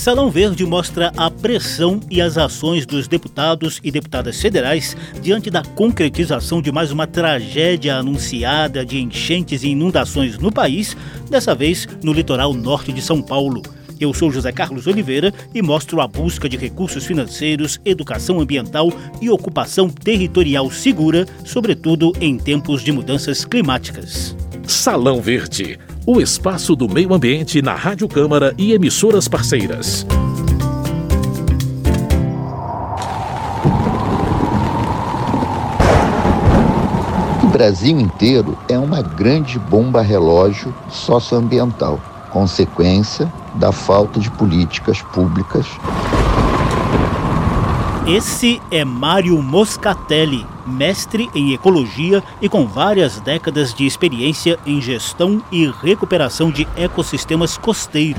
Salão Verde mostra a pressão e as ações dos deputados e deputadas federais diante da concretização de mais uma tragédia anunciada de enchentes e inundações no país, dessa vez no litoral norte de São Paulo. Eu sou José Carlos Oliveira e mostro a busca de recursos financeiros, educação ambiental e ocupação territorial segura, sobretudo em tempos de mudanças climáticas. Salão Verde, o espaço do meio ambiente na Rádio Câmara e emissoras parceiras. O Brasil inteiro é uma grande bomba relógio socioambiental, consequência da falta de políticas públicas. Esse é Mário Moscatelli, mestre em ecologia e com várias décadas de experiência em gestão e recuperação de ecossistemas costeiros.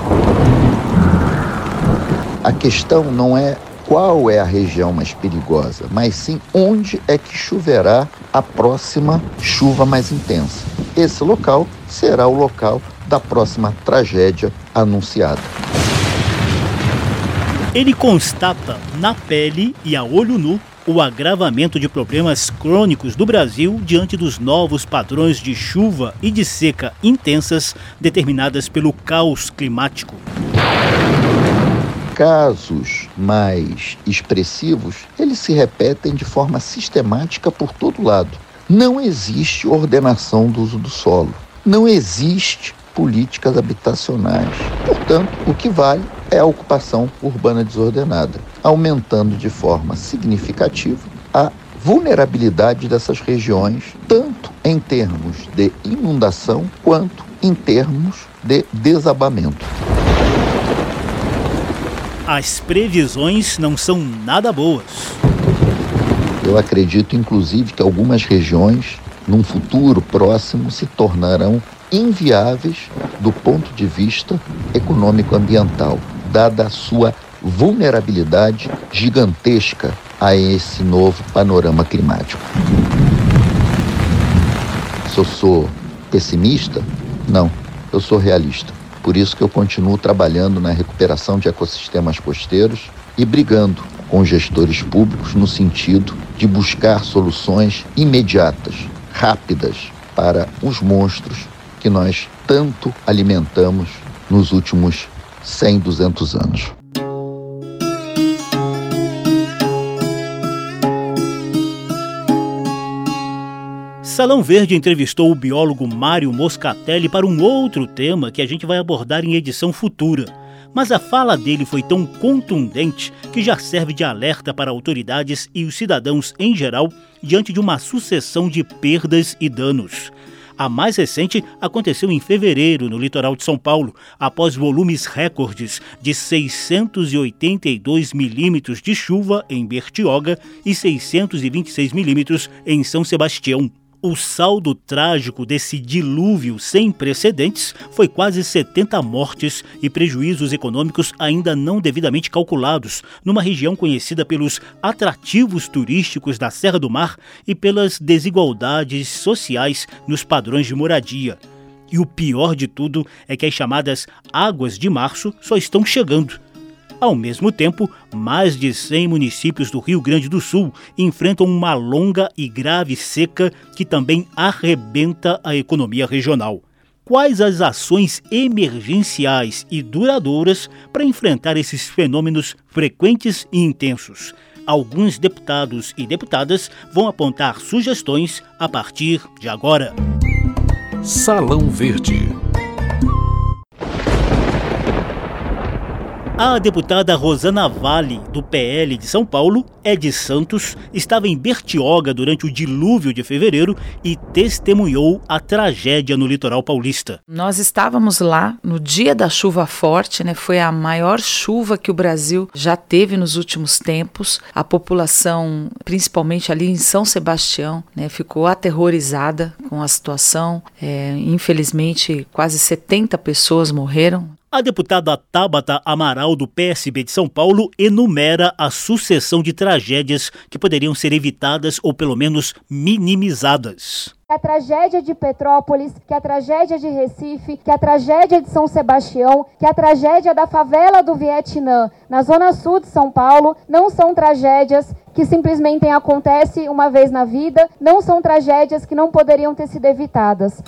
A questão não é qual é a região mais perigosa, mas sim onde é que choverá a próxima chuva mais intensa. Esse local será o local da próxima tragédia anunciada. Ele constata na pele e a olho nu o agravamento de problemas crônicos do Brasil diante dos novos padrões de chuva e de seca intensas determinadas pelo caos climático. Casos mais expressivos, eles se repetem de forma sistemática por todo lado. Não existe ordenação do uso do solo. Não existe políticas habitacionais. Portanto, o que vale é a ocupação urbana desordenada, aumentando de forma significativa a vulnerabilidade dessas regiões, tanto em termos de inundação quanto em termos de desabamento. As previsões não são nada boas. Eu acredito, inclusive, que algumas regiões, num futuro próximo, se tornarão inviáveis do ponto de vista econômico-ambiental, dada a sua vulnerabilidade gigantesca a esse novo panorama climático. Se eu sou pessimista? Não, eu sou realista. Por isso que eu continuo trabalhando na recuperação de ecossistemas costeiros e brigando com os gestores públicos no sentido de buscar soluções imediatas, rápidas, para os monstros que nós tanto alimentamos nos últimos 100, 200 anos. Salão Verde entrevistou o biólogo Mário Moscatelli para um outro tema que a gente vai abordar em edição futura. Mas a fala dele foi tão contundente que já serve de alerta para autoridades e os cidadãos em geral diante de uma sucessão de perdas e danos. A mais recente aconteceu em fevereiro, no litoral de São Paulo, após volumes recordes de 682 milímetros de chuva em Bertioga e 626 milímetros em São Sebastião. O saldo trágico desse dilúvio sem precedentes foi quase 70 mortes e prejuízos econômicos ainda não devidamente calculados, numa região conhecida pelos atrativos turísticos da Serra do Mar e pelas desigualdades sociais nos padrões de moradia. E o pior de tudo é que as chamadas águas de março só estão chegando. Ao mesmo tempo, mais de 100 municípios do Rio Grande do Sul enfrentam uma longa e grave seca que também arrebenta a economia regional. Quais as ações emergenciais e duradouras para enfrentar esses fenômenos frequentes e intensos? Alguns deputados e deputadas vão apontar sugestões a partir de agora. Salão Verde. A deputada Rosana Vale, do PL de São Paulo, é de Santos, estava em Bertioga durante o dilúvio de fevereiro e testemunhou a tragédia no litoral paulista. Nós estávamos lá no dia da chuva forte, foi a maior chuva que o Brasil já teve nos últimos tempos. A população, principalmente ali em São Sebastião, ficou aterrorizada com a situação. Infelizmente, quase 70 pessoas morreram. A deputada Tabata Amaral, do PSB de São Paulo, enumera a sucessão de tragédias que poderiam ser evitadas ou pelo menos minimizadas. A tragédia de Petrópolis, que a tragédia de Recife, que a tragédia de São Sebastião, que a tragédia da favela do Vietnã, na zona sul de São Paulo, não são tragédias que simplesmente acontecem uma vez na vida, não são tragédias que não poderiam ter sido evitadas.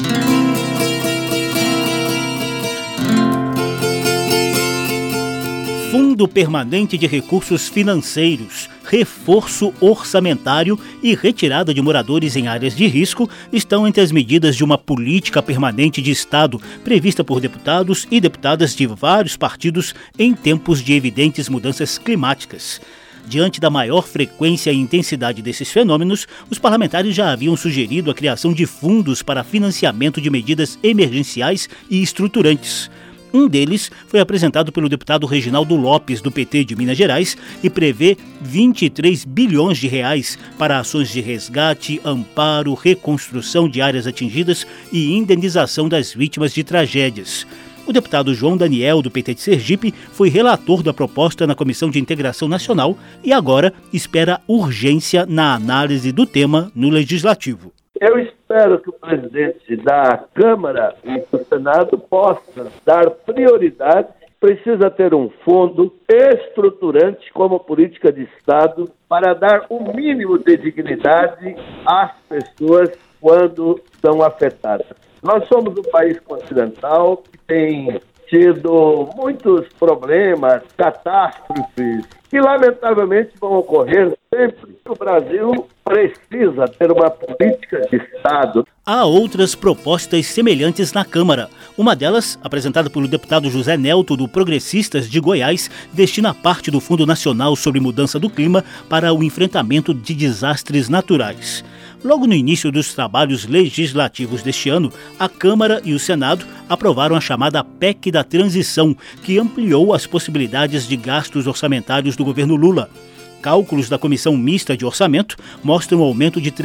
Fundo Permanente de Recursos Financeiros, reforço orçamentário e retirada de moradores em áreas de risco estão entre as medidas de uma política permanente de Estado prevista por deputados e deputadas de vários partidos em tempos de evidentes mudanças climáticas. Diante da maior frequência e intensidade desses fenômenos, os parlamentares já haviam sugerido a criação de fundos para financiamento de medidas emergenciais e estruturantes. Um deles foi apresentado pelo deputado Reginaldo Lopes, do PT de Minas Gerais, e prevê 23 bilhões de reais para ações de resgate, amparo, reconstrução de áreas atingidas e indenização das vítimas de tragédias. O deputado João Daniel, do PT de Sergipe, foi relator da proposta na Comissão de Integração Nacional e agora espera urgência na análise do tema no Legislativo. Eu espero que o presidente da Câmara e do Senado possa dar prioridade. Precisa ter um fundo estruturante como política de Estado para dar o mínimo de dignidade às pessoas quando são afetadas. Nós somos um país continental que tem tido muitos problemas, catástrofes, que lamentavelmente vão ocorrer sempre. O Brasil precisa ter uma política de Estado. Há outras propostas semelhantes na Câmara. Uma delas, apresentada pelo deputado José Nelto, do Progressistas de Goiás, destina parte do Fundo Nacional sobre Mudança do Clima para o enfrentamento de desastres naturais. Logo no início dos trabalhos legislativos deste ano, a Câmara e o Senado aprovaram a chamada PEC da Transição, que ampliou as possibilidades de gastos orçamentários do governo Lula. Cálculos da Comissão Mista de Orçamento mostram um aumento de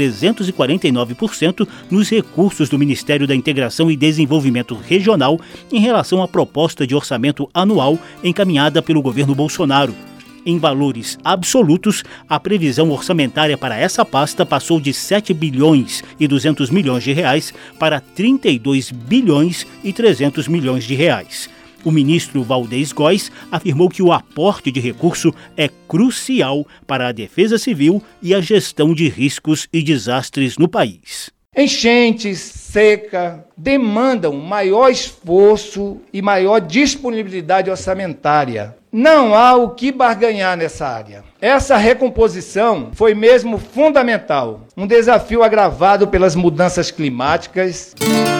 349% nos recursos do Ministério da Integração e Desenvolvimento Regional em relação à proposta de orçamento anual encaminhada pelo governo Bolsonaro. Em valores absolutos, a previsão orçamentária para essa pasta passou de 7 bilhões e 200 milhões de reais para 32 bilhões e 300 milhões de reais. O ministro Valdez Góes afirmou que o aporte de recurso é crucial para a defesa civil e a gestão de riscos e desastres no país. Enchentes, seca, demandam maior esforço e maior disponibilidade orçamentária. Não há o que barganhar nessa área. Essa recomposição foi mesmo fundamental, um desafio agravado pelas mudanças climáticas.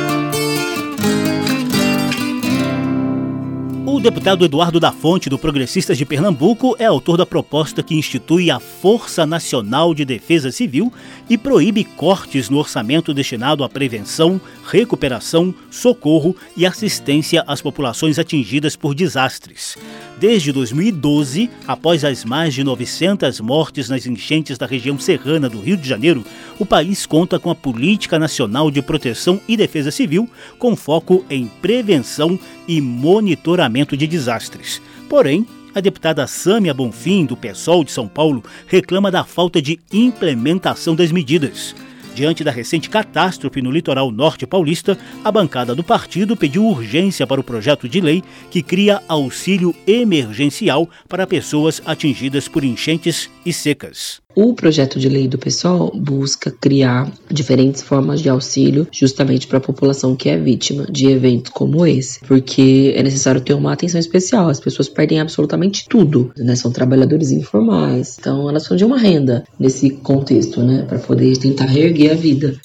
O deputado Eduardo da Fonte, do Progressistas de Pernambuco, é autor da proposta que institui a Força Nacional de Defesa Civil e proíbe cortes no orçamento destinado à prevenção, recuperação, socorro e assistência às populações atingidas por desastres. Desde 2012, após as mais de 900 mortes nas enchentes da região serrana do Rio de Janeiro, o país conta com a Política Nacional de Proteção e Defesa Civil, com foco em prevenção e monitoramento de desastres. Porém, a deputada Sâmia Bonfim, do PSOL de São Paulo, reclama da falta de implementação das medidas. Diante da recente catástrofe no litoral norte paulista, a bancada do partido pediu urgência para o projeto de lei que cria auxílio emergencial para pessoas atingidas por enchentes e secas. O projeto de lei do PSOL busca criar diferentes formas de auxílio justamente para a população que é vítima de eventos como esse, porque é necessário ter uma atenção especial. As pessoas perdem absolutamente tudo, né? São trabalhadores informais, então elas precisam de uma renda nesse contexto, né? Para poder tentar reerguer a vida.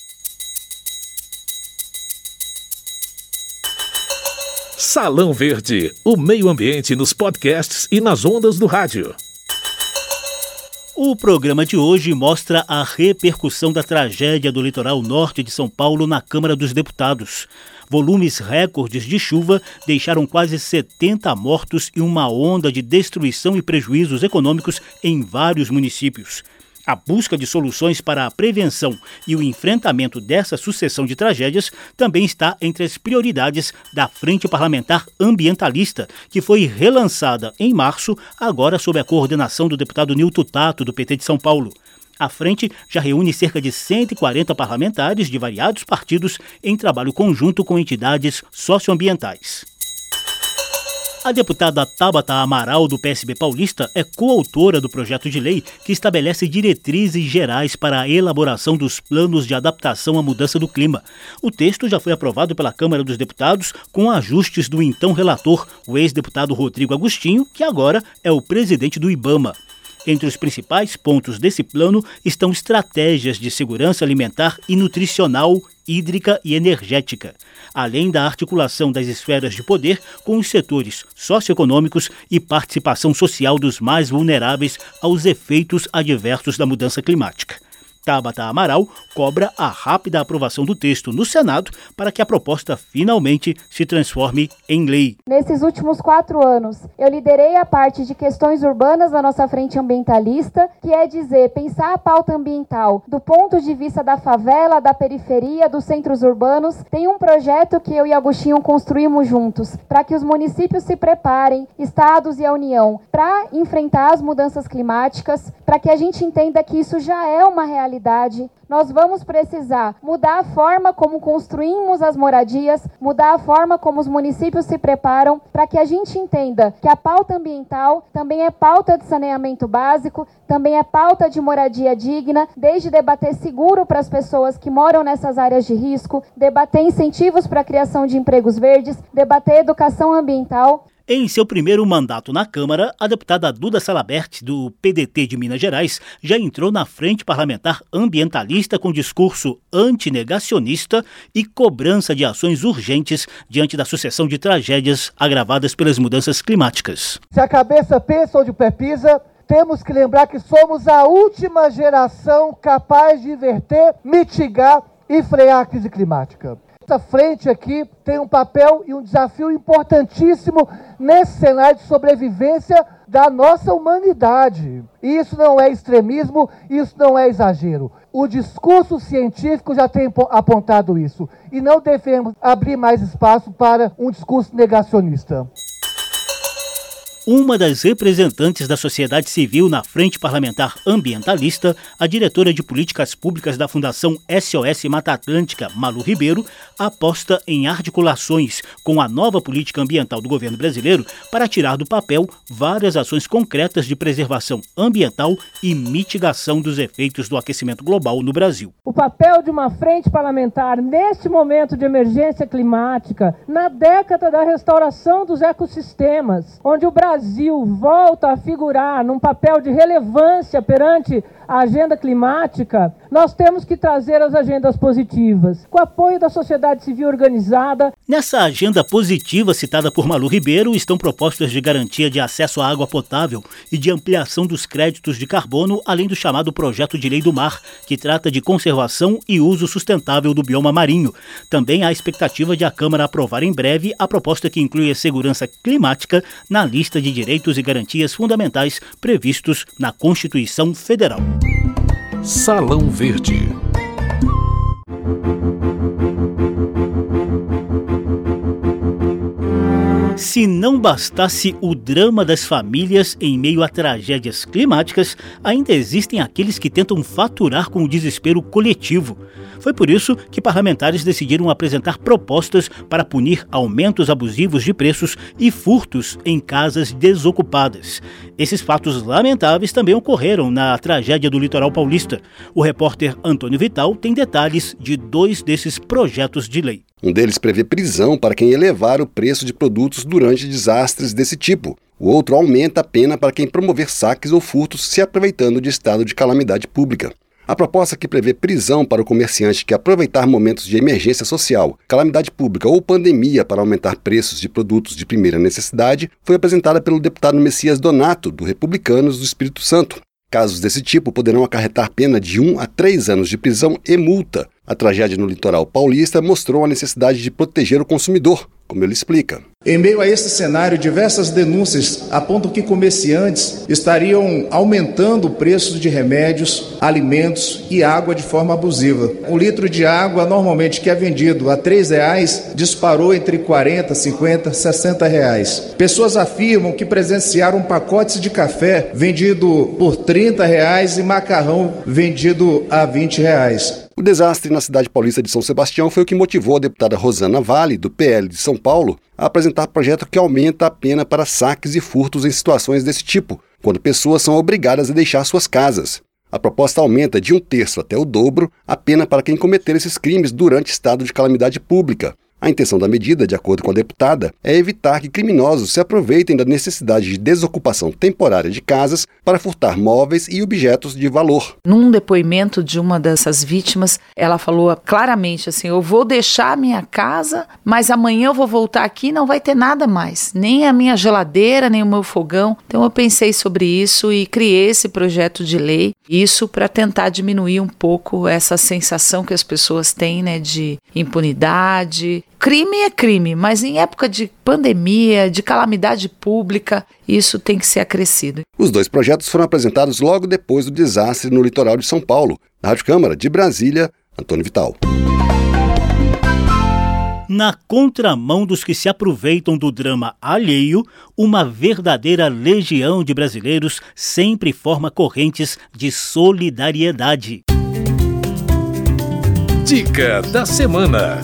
Salão Verde, o meio ambiente nos podcasts e nas ondas do rádio. O programa de hoje mostra a repercussão da tragédia do litoral norte de São Paulo na Câmara dos Deputados. Volumes recordes de chuva deixaram quase 70 mortos e uma onda de destruição e prejuízos econômicos em vários municípios. A busca de soluções para a prevenção e o enfrentamento dessa sucessão de tragédias também está entre as prioridades da Frente Parlamentar Ambientalista, que foi relançada em março, agora sob a coordenação do deputado Nilton Tato, do PT de São Paulo. A frente já reúne cerca de 140 parlamentares de variados partidos em trabalho conjunto com entidades socioambientais. A deputada Tabata Amaral, do PSB paulista, é coautora do projeto de lei que estabelece diretrizes gerais para a elaboração dos planos de adaptação à mudança do clima. O texto já foi aprovado pela Câmara dos Deputados com ajustes do então relator, o ex-deputado Rodrigo Agostinho, que agora é o presidente do IBAMA. Entre os principais pontos desse plano estão estratégias de segurança alimentar e nutricional, hídrica e energética, além da articulação das esferas de poder com os setores socioeconômicos e participação social dos mais vulneráveis aos efeitos adversos da mudança climática. Tabata Amaral cobra a rápida aprovação do texto no Senado para que a proposta finalmente se transforme em lei. Nesses últimos 4 anos, eu liderei a parte de questões urbanas da nossa frente ambientalista, que é dizer, pensar a pauta ambiental do ponto de vista da favela, da periferia, dos centros urbanos. Tem um projeto que eu e Agostinho construímos juntos, para que os municípios se preparem, estados e a União, para enfrentar as mudanças climáticas, para que a gente entenda que isso já é uma realidade. Nós vamos precisar mudar a forma como construímos as moradias, mudar a forma como os municípios se preparam, para que a gente entenda que a pauta ambiental também é pauta de saneamento básico, também é pauta de moradia digna, desde debater seguro para as pessoas que moram nessas áreas de risco, debater incentivos para a criação de empregos verdes, debater educação ambiental. Em seu primeiro mandato na Câmara, a deputada Duda Salabert, do PDT de Minas Gerais, já entrou na Frente Parlamentar Ambientalista com discurso antinegacionista e cobrança de ações urgentes diante da sucessão de tragédias agravadas pelas mudanças climáticas. Se a cabeça pensa onde o pé pisa, temos que lembrar que somos a última geração capaz de inverter, mitigar e frear a crise climática. Essa frente aqui tem um papel e um desafio importantíssimo nesse cenário de sobrevivência da nossa humanidade. E isso não é extremismo, isso não é exagero. O discurso científico já tem apontado isso. E não devemos abrir mais espaço para um discurso negacionista. Uma das representantes da sociedade civil na Frente Parlamentar Ambientalista, a diretora de Políticas Públicas da Fundação SOS Mata Atlântica, Malu Ribeiro, aposta em articulações com a nova política ambiental do governo brasileiro para tirar do papel várias ações concretas de preservação ambiental e mitigação dos efeitos do aquecimento global no Brasil. O papel de uma frente parlamentar neste momento de emergência climática, na década da restauração dos ecossistemas, onde o Brasil volta a figurar num papel de relevância perante a agenda climática, nós temos que trazer as agendas positivas, com o apoio da sociedade civil organizada. Nessa agenda positiva citada por Malu Ribeiro estão propostas de garantia de acesso à água potável e de ampliação dos créditos de carbono, além do chamado Projeto de Lei do Mar, que trata de conservação e uso sustentável do bioma marinho. Também há a expectativa de a Câmara aprovar em breve a proposta que inclui a segurança climática na lista de direitos e garantias fundamentais previstos na Constituição Federal. Salão Verde. Se não bastasse o drama das famílias em meio a tragédias climáticas, ainda existem aqueles que tentam faturar com o desespero coletivo. Foi por isso que parlamentares decidiram apresentar propostas para punir aumentos abusivos de preços e furtos em casas desocupadas. Esses fatos lamentáveis também ocorreram na tragédia do litoral paulista. O repórter Antônio Vital tem detalhes de 2 desses projetos de lei. Um deles prevê prisão para quem elevar o preço de produtos durante desastres desse tipo. O outro aumenta a pena para quem promover saques ou furtos se aproveitando de estado de calamidade pública. A proposta que prevê prisão para o comerciante que aproveitar momentos de emergência social, calamidade pública ou pandemia para aumentar preços de produtos de primeira necessidade foi apresentada pelo deputado Messias Donato, do Republicanos do Espírito Santo. Casos desse tipo poderão acarretar pena de 1 a 3 anos de prisão e multa. A tragédia no litoral paulista mostrou a necessidade de proteger o consumidor. como ele explica. Em meio a esse cenário, diversas denúncias apontam que comerciantes estariam aumentando o preço de remédios, alimentos e água de forma abusiva. Um litro de água, normalmente que é vendido a R$ 3,00, disparou entre R$ 40, 50, R$ 60. Pessoas afirmam que presenciaram pacotes de café vendido por R$ 30 e macarrão vendido a R$ 20. O desastre na cidade paulista de São Sebastião foi o que motivou a deputada Rosana Vale, do PL de São Paulo, a apresentar projeto que aumenta a pena para saques e furtos em situações desse tipo, quando pessoas são obrigadas a deixar suas casas. A proposta aumenta de 1/3 até o dobro a pena para quem cometer esses crimes durante estado de calamidade pública. A intenção da medida, de acordo com a deputada, é evitar que criminosos se aproveitem da necessidade de desocupação temporária de casas para furtar móveis e objetos de valor. Num depoimento de uma dessas vítimas, ela falou claramente assim: eu vou deixar a minha casa, mas amanhã eu vou voltar aqui e não vai ter nada mais, nem a minha geladeira, nem o meu fogão. Então eu pensei sobre isso e criei esse projeto de lei, isso para tentar diminuir um pouco essa sensação que as pessoas têm, né, de impunidade. Crime é crime, mas em época de pandemia, de calamidade pública, isso tem que ser acrescido. Os dois projetos foram apresentados logo depois do desastre no litoral de São Paulo. Na Rádio Câmara de Brasília, Antônio Vital. Na contramão dos que se aproveitam do drama alheio, uma verdadeira legião de brasileiros sempre forma correntes de solidariedade. Dica da semana.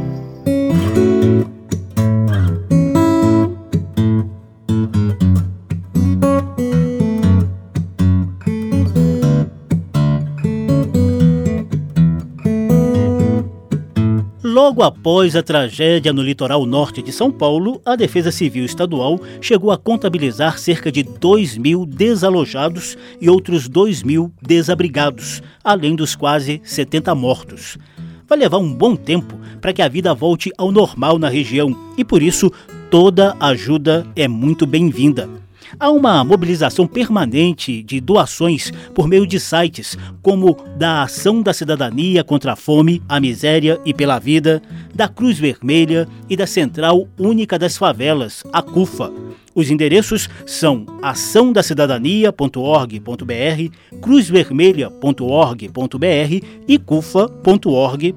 Logo após a tragédia no litoral norte de São Paulo, a Defesa Civil Estadual chegou a contabilizar cerca de 2.000 desalojados e outros 2.000 desabrigados, além dos quase 70 mortos. Vai levar um bom tempo para que a vida volte ao normal na região e, por isso, toda ajuda é muito bem-vinda. Há uma mobilização permanente de doações por meio de sites, como da Ação da Cidadania contra a Fome, a Miséria e pela Vida, da Cruz Vermelha e da Central Única das Favelas, a CUFA. Os endereços são açãodacidadania.org.br, cruzvermelha.org.br e cufa.org.br.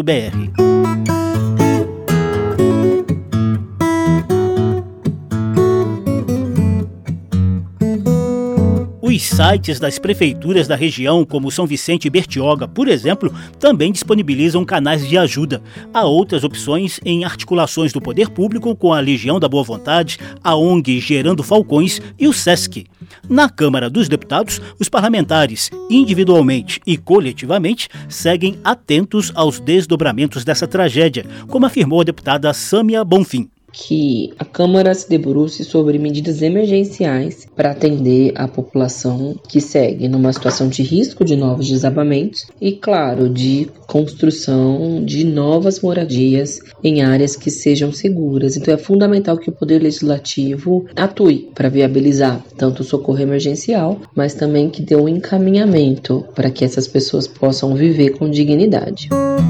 Os sites das prefeituras da região, como São Vicente e Bertioga, por exemplo, também disponibilizam canais de ajuda. Há outras opções em articulações do poder público com a Legião da Boa Vontade, a ONG Gerando Falcões e o SESC. Na Câmara dos Deputados, os parlamentares, individualmente e coletivamente, seguem atentos aos desdobramentos dessa tragédia, como afirmou a deputada Sâmia Bonfim. Que a Câmara se debruce sobre medidas emergenciais para atender a população que segue numa situação de risco de novos desabamentos e, claro, de construção de novas moradias em áreas que sejam seguras. Então é fundamental que o Poder Legislativo atue para viabilizar tanto o socorro emergencial, mas também que dê um encaminhamento para que essas pessoas possam viver com dignidade.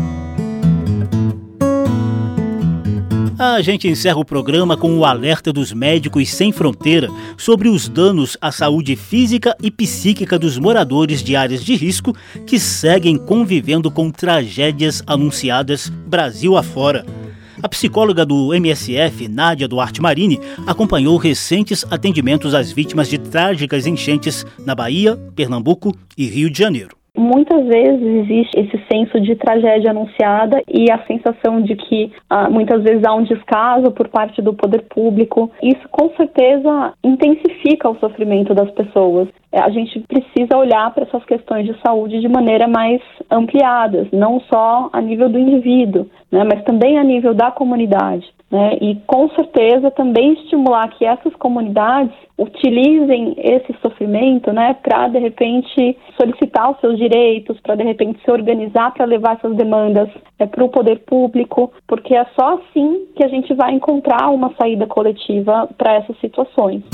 A gente encerra o programa com o alerta dos Médicos Sem Fronteira sobre os danos à saúde física e psíquica dos moradores de áreas de risco que seguem convivendo com tragédias anunciadas Brasil afora. A psicóloga do MSF, Nádia Duarte Marini, acompanhou recentes atendimentos às vítimas de trágicas enchentes na Bahia, Pernambuco e Rio de Janeiro. Muitas vezes existe esse senso de tragédia anunciada e a sensação de que muitas vezes há um descaso por parte do poder público. Isso com certeza intensifica o sofrimento das pessoas. A gente precisa olhar para essas questões de saúde de maneira mais ampliadas, não só a nível do indivíduo, né, mas também a nível da comunidade. Né, e com certeza também estimular que essas comunidades utilizem esse sofrimento, né, para de repente solicitar os seus direitos, para de repente se organizar para levar essas demandas para o poder público, porque é só assim que a gente vai encontrar uma saída coletiva para essas situações.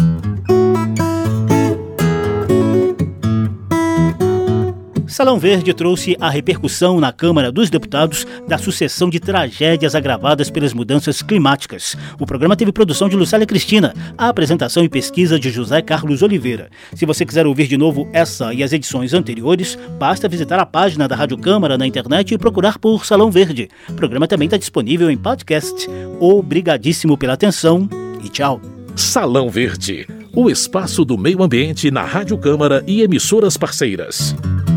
Salão Verde trouxe a repercussão na Câmara dos Deputados da sucessão de tragédias agravadas pelas mudanças climáticas. O programa teve produção de Lucélia Cristina, a apresentação e pesquisa de José Carlos Oliveira. Se você quiser ouvir de novo essa e as edições anteriores, basta visitar a página da Rádio Câmara na internet e procurar por Salão Verde. O programa também está disponível em podcast. Obrigadíssimo pela atenção e tchau. Salão Verde, o espaço do meio ambiente na Rádio Câmara e emissoras parceiras.